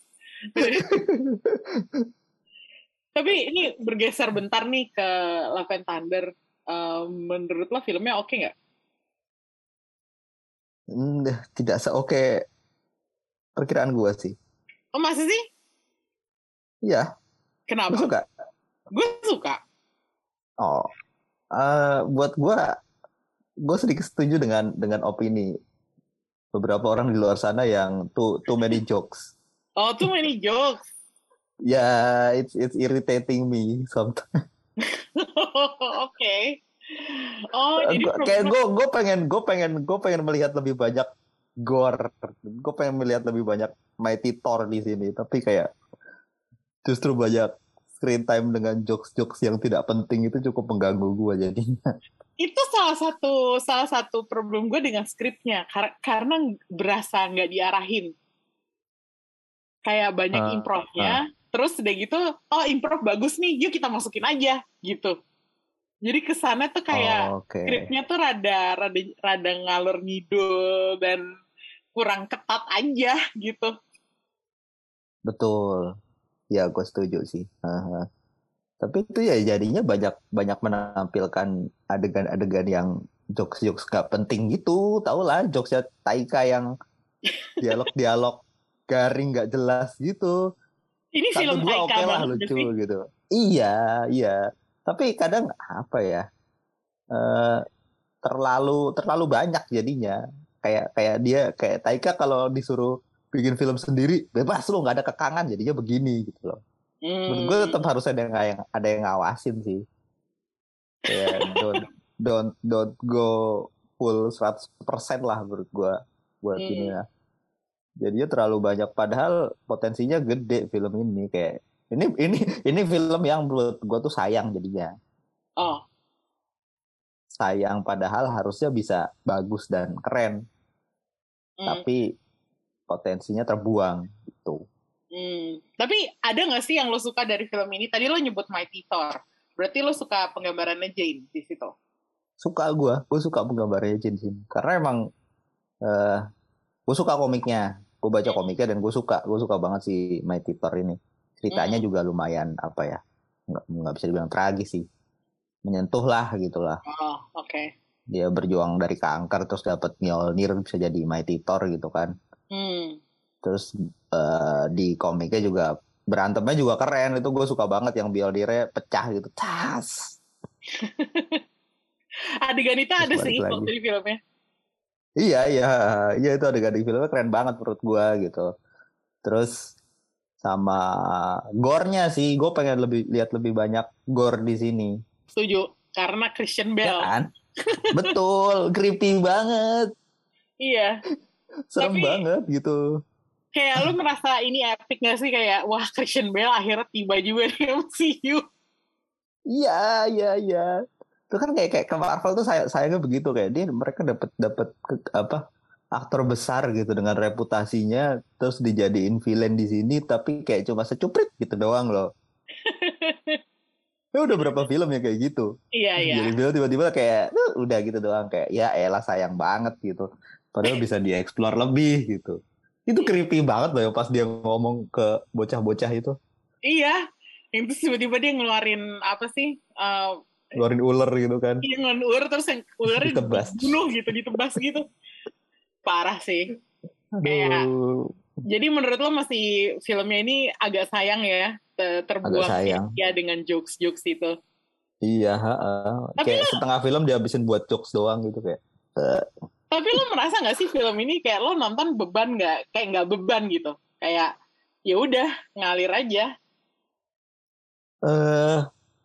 Tapi ini bergeser bentar nih ke Love and Thunder. Uh, menurut lo filmnya oke nggak? Hmm, tidak se-oke perkiraan gue sih. Oh masih sih? Iya. Kenapa? Gue suka. Gue suka. Oh, uh, buat gue, gue sedikit setuju dengan dengan opini beberapa orang di luar sana yang too too many jokes. Oh, too many jokes. Ya, yeah, it's it's irritating me sometimes. Oke. Okay. Oh, jadi kayak gue gue pengen gue pengen gue pengen melihat lebih banyak gore. Gue pengen melihat lebih banyak Mighty Thor di sini, tapi kayak justru banyak screen time dengan jokes-jokes yang tidak penting itu cukup mengganggu gue jadinya. Itu salah satu salah satu problem gue dengan skripnya Kar- karena berasa nggak diarahin. Kayak banyak uh, improvnya, uh. terus udah gitu, oh improv bagus nih, yuk kita masukin aja gitu. Jadi kesana tuh kayak oh, okay. skripnya tuh rada rada rada ngalur ngidul dan kurang ketat aja gitu. Betul, ya gue setuju sih. Uh-huh. Tapi itu ya jadinya banyak banyak menampilkan adegan-adegan yang jokes-jokes gak penting gitu, tau lah jokesnya Taika yang dialog-dialog garing gak jelas gitu. Ini Satu film dua Taika oke lah lucu sih. Gitu. Iya, iya. Tapi kadang apa ya uh, terlalu terlalu banyak jadinya. Kayak kayak dia kayak Taika kalau disuruh bikin film sendiri bebas lo nggak ada kekangan jadinya begini gitu loh. Hmm. Menurut gue tetap harus ada yang ada yang ngawasin sih. Kayak don't don't don't go full seratus persen lah menurut gue buat hmm. ini lah. Jadinya terlalu banyak padahal potensinya gede film ini kayak ini ini ini film yang menurut gue tuh sayang jadinya. Oh. Sayang padahal harusnya bisa bagus dan keren. Hmm. Tapi potensinya terbuang gitu. Hmm. Tapi ada nggak sih yang lo suka dari film ini? Tadi lo nyebut Mighty Thor. Berarti lo suka penggambarannya Jane di situ? Suka gue, gue suka penggambarannya Jane sih. Karena emang uh, gue suka komiknya, gue baca komiknya dan gue suka, gue suka banget si Mighty Thor ini. Ceritanya hmm. juga lumayan apa ya, nggak nggak bisa dibilang tragis sih, menyentuh lah gitulah. Oh, oke. Okay. Dia berjuang dari kanker terus dapat Mjolnir bisa jadi Mighty Thor gitu kan. Hmm. Terus uh, di komiknya juga berantemnya juga keren, itu gue suka banget yang Mjolnirnya pecah gitu, tas. Adegan itu ada sih lagi. Waktu di filmnya. Iya iya iya itu adegan di filmnya keren banget menurut gue gitu. Terus sama gore-nya sih, gue pengen lebih lihat lebih banyak gore di sini. Setuju, karena Christian Bale. Ya kan? Betul, creepy banget. Iya. Serem Tapi, banget gitu. Kayak lu merasa ini epic gak sih? Kayak, wah Christian Bale akhirnya tiba juga di M C U. Iya, iya, iya. Itu kan kayak kayak ke Marvel tuh say- sayangnya begitu kayak dia mereka dapat dapat apa aktor besar gitu dengan reputasinya terus dijadiin villain di sini tapi kayak cuma secuprit gitu doang loh. Ya udah berapa film ya kayak gitu. Iya, iya. Jadi film tiba-tiba kayak uh, udah gitu doang kayak ya elah sayang banget gitu. Padahal bisa dieksplor lebih gitu. Itu creepy banget loh pas dia ngomong ke bocah-bocah itu. Iya. Yang terus tiba-tiba dia ngeluarin apa sih? Uh, Ngeluarin ular gitu kan. Iya, ngeluarin ular terus yang ularnya Ditebas. dibunuh gitu, ditebas gitu. Parah sih. Aduh. Kayak, jadi menurut lo masih filmnya ini agak sayang ya, ter- terbuang Agak sayang. ya dengan jokes-jokes itu. Iya, uh, Tapi kayak lo, setengah film dihabisin buat jokes doang gitu kayak. Uh. Tapi lo merasa nggak sih film ini kayak lo nonton beban nggak? Kayak nggak beban gitu. Kayak ya udah ngalir aja. Eh, uh,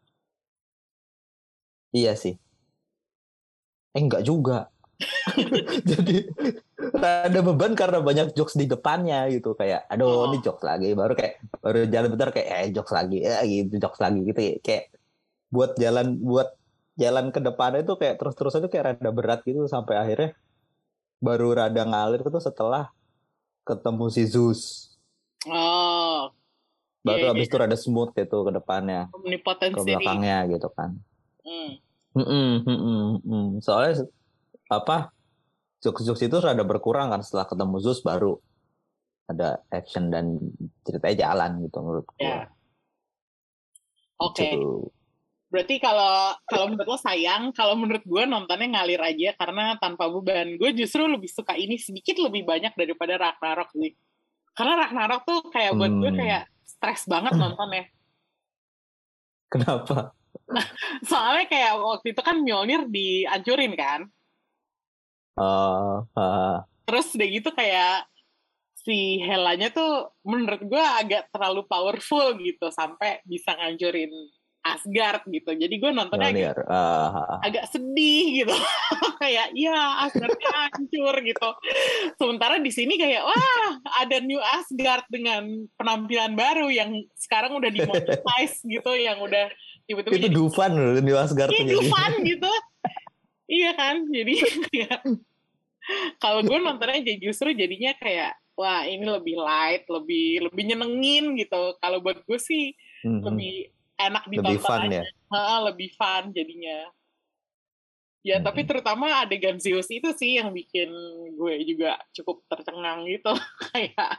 iya sih. Eh enggak juga. Jadi ada beban karena banyak jokes di depannya gitu kayak aduh oh. Ini jokes lagi baru kayak baru jalan bentar kayak eh jokes lagi ya gitu jokes lagi gitu kayak buat jalan buat jalan ke depannya itu kayak terus-terusan itu kayak rada berat gitu sampai akhirnya baru rada ngalir itu setelah ketemu si Zeus. Oh. Baru yeah, abis yeah. Itu rada smooth itu ke depannya. Ke belakangnya gitu kan. Hmm. Hmm, hmm, hmm, hmm. Soalnya apa jokes-jokes itu rada berkurang kan setelah ketemu Zeus baru ada action dan ceritanya jalan gitu menurut gue. Yeah. Oke. Okay. Berarti kalau kalau menurut lo sayang, kalau menurut gue nontonnya ngalir aja karena tanpa beban. Gue justru lebih suka ini sedikit lebih banyak daripada Ragnarok sih. Karena Ragnarok tuh kayak buat hmm. gue kayak stres banget nontonnya. Kenapa? Nah, soalnya kayak waktu itu kan Mjolnir dihancurin kan. Uh, uh. Terus udah gitu kayak si Helanya tuh menurut gue agak terlalu powerful gitu sampai bisa ngancurin Asgard gitu. Jadi gue nontonnya agak, uh. agak sedih gitu. Kayak ya Asgardnya hancur gitu. Sementara di sini kayak wah ada New Asgard dengan penampilan baru yang sekarang udah dimodified gitu, yang udah tiba-tiba itu Dufan loh New Asgard. Iya Dufan gitu. Iya kan, jadi kayak kalau gue nontonnya jadi justru jadinya kayak wah ini lebih light, lebih lebih nyenengin gitu. Kalau buat gue sih mm-hmm. lebih enak ditonton lebih fun, aja, ya? ha, lebih fun jadinya. Ya hmm. tapi terutama adegan Zeus itu sih yang bikin gue juga cukup tercengang gitu. Kayak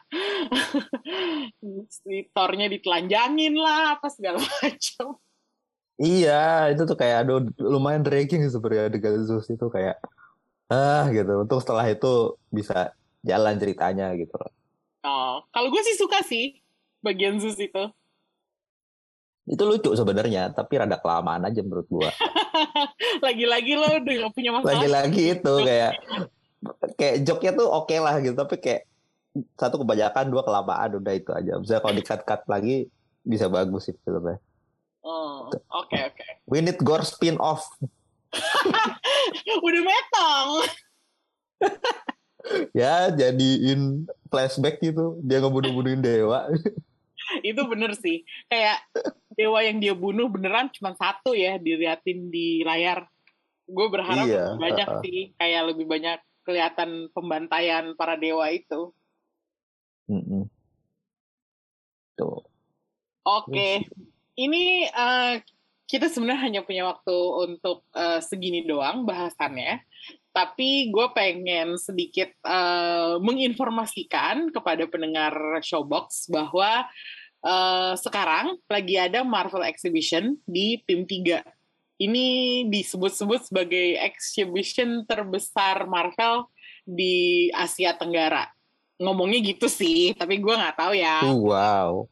si Thor-nya ditelanjangin lah, apa segala macam. Iya, itu tuh kayak aduh lumayan dragging sebenarnya adegan Zeus itu kayak ah gitu. Untuk setelah itu bisa jalan ceritanya gitu. Oh, kalau gue sih suka sih bagian Zeus itu. Itu lucu sebenarnya, tapi rada kelamaan aja menurut gua. Lagi-lagi lo udah gak punya masalah. Lagi-lagi itu kayak kayak joknya tuh oke okay lah gitu, tapi kayak satu kebanyakan, dua kelamaan, udah itu aja. Misalnya kalau di-cut-cut lagi bisa bagus sih filmnya. Oh, oke okay, oke. Okay. We need gore spin-off. Udah metong. Ya, jadiin flashback gitu, dia ngebunuh-bunuhin dewa. Itu bener sih, kayak dewa yang dia bunuh beneran cuma satu ya diliatin di layar. Gue berharap iya, lebih banyak uh, sih, kayak lebih banyak kelihatan pembantaian para dewa itu. Mm-mm. Tuh. Oke, okay. Ini uh, kita sebenarnya hanya punya waktu untuk uh, segini doang bahasannya. Tapi gue pengen sedikit uh, menginformasikan kepada pendengar Showbox bahwa uh, sekarang lagi ada Marvel Exhibition di P I M tiga. Ini disebut-sebut sebagai exhibition terbesar Marvel di Asia Tenggara. Ngomongnya gitu sih, tapi gue nggak tahu ya. Wow.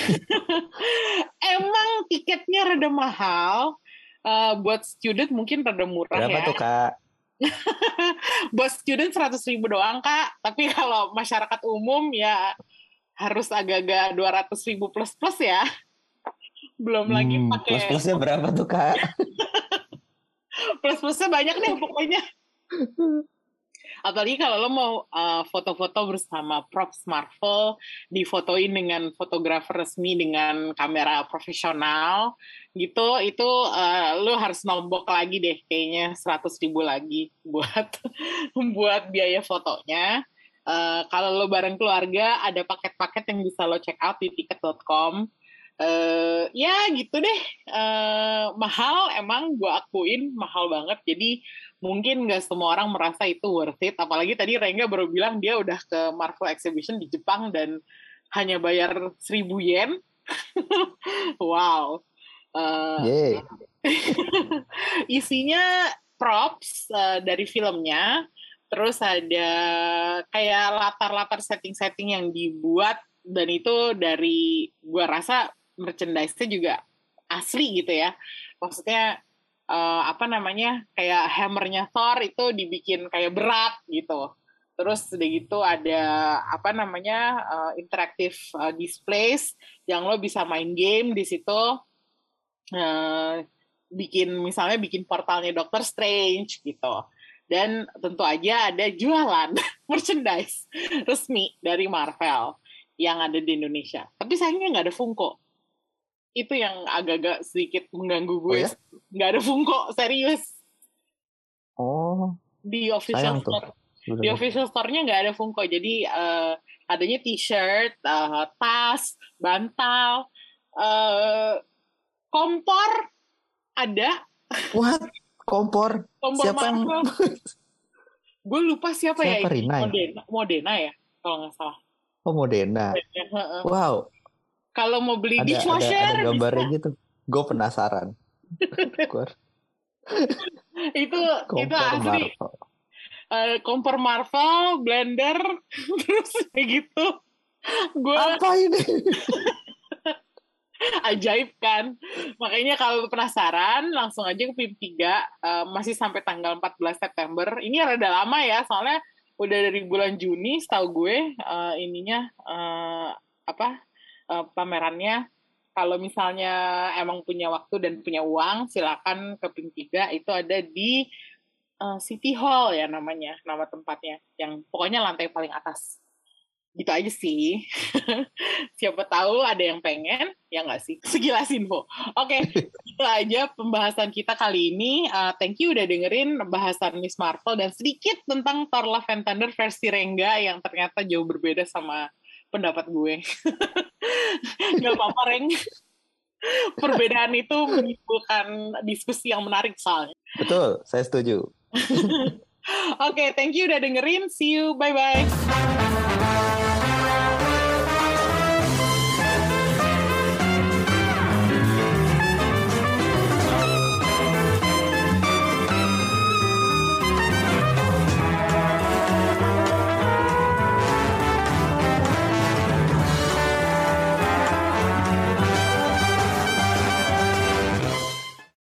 Emang tiketnya rada mahal. Uh, buat student mungkin rada murah. Berapa ya. Berapa tuh, Kak? Buat student seratus ribu doang, Kak. Tapi kalau masyarakat umum ya harus agak-agak dua ratus ribu plus-plus ya. Belum hmm, lagi pakai... Plus-plusnya berapa tuh, Kak? Plus-plusnya banyak deh pokoknya. Apalagi kalau lo mau uh, foto-foto bersama props Marvel, difotoin dengan fotografer resmi dengan kamera profesional, gitu, itu uh, lo harus nombok lagi deh, kayaknya seratus ribu lagi buat buat biaya fotonya. Uh, kalau lo bareng keluarga, ada paket-paket yang bisa lo check out di tiket dot com. Uh, ya gitu deh, uh, mahal emang, gue akuin mahal banget, jadi mungkin nggak semua orang merasa itu worth it, apalagi tadi Rengga baru bilang dia udah ke Marvel Exhibition di Jepang dan hanya bayar seribu yen. Wow. Uh, Yeay. Isinya props uh, dari filmnya, terus ada kayak latar-latar setting-setting yang dibuat, dan itu dari gua rasa merchandise-nya juga asli gitu ya. Maksudnya uh, apa namanya, kayak hammernya Thor itu dibikin kayak berat gitu. Terus udah gitu ada apa namanya uh, interactive uh, displays yang lo bisa main game di situ, uh, bikin misalnya bikin portalnya Doctor Strange gitu. Dan tentu aja ada jualan merchandise resmi dari Marvel yang ada di Indonesia. Tapi sayangnya nggak ada Funko. Itu yang agak-agak sedikit mengganggu gue. Oh, ya? Nggak ada Funko, serius. Oh, di official store. Di official store-nya nggak ada Funko, jadi uh, adanya t-shirt, uh, tas, bantal, uh, kompor ada. What? Kompor? Kompor siapa yang... Gue lupa siapa, siapa ya ini. Modena, Modena ya, kalau nggak salah. Oh, Modena. Wow. Kalau mau beli ada, dishwasher, ada, ada gambarnya bisa. Gitu. Gue penasaran. itu itu asli. Marvel. Uh, kompor Marvel, blender, terus kayak gitu. Gua apa ini? Ajaib kan. Makanya kalau penasaran, langsung aja ke P I M tiga. Uh, masih sampai tanggal empat belas September. Ini rada lama ya, soalnya udah dari bulan Juni setahu gue uh, ininya uh, apa uh, pamerannya. Kalau misalnya emang punya waktu dan punya uang, silakan ke P I M tiga. Itu ada di Uh, City Hall ya namanya, nama tempatnya, yang pokoknya lantai paling atas. Gitu aja sih. Siapa tahu ada yang pengen, ya nggak sih? Sekilas info. Oke, okay, itu aja pembahasan kita kali ini. Uh, thank you udah dengerin bahasan Miss Marvel dan sedikit tentang Thor Love and Thunder versi Rengga yang ternyata jauh berbeda sama pendapat gue. Nggak apa-apa, Reng. Perbedaan itu menimbulkan diskusi yang menarik soalnya. Betul, saya setuju. Oke, okay, thank you udah dengerin. See you, bye-bye.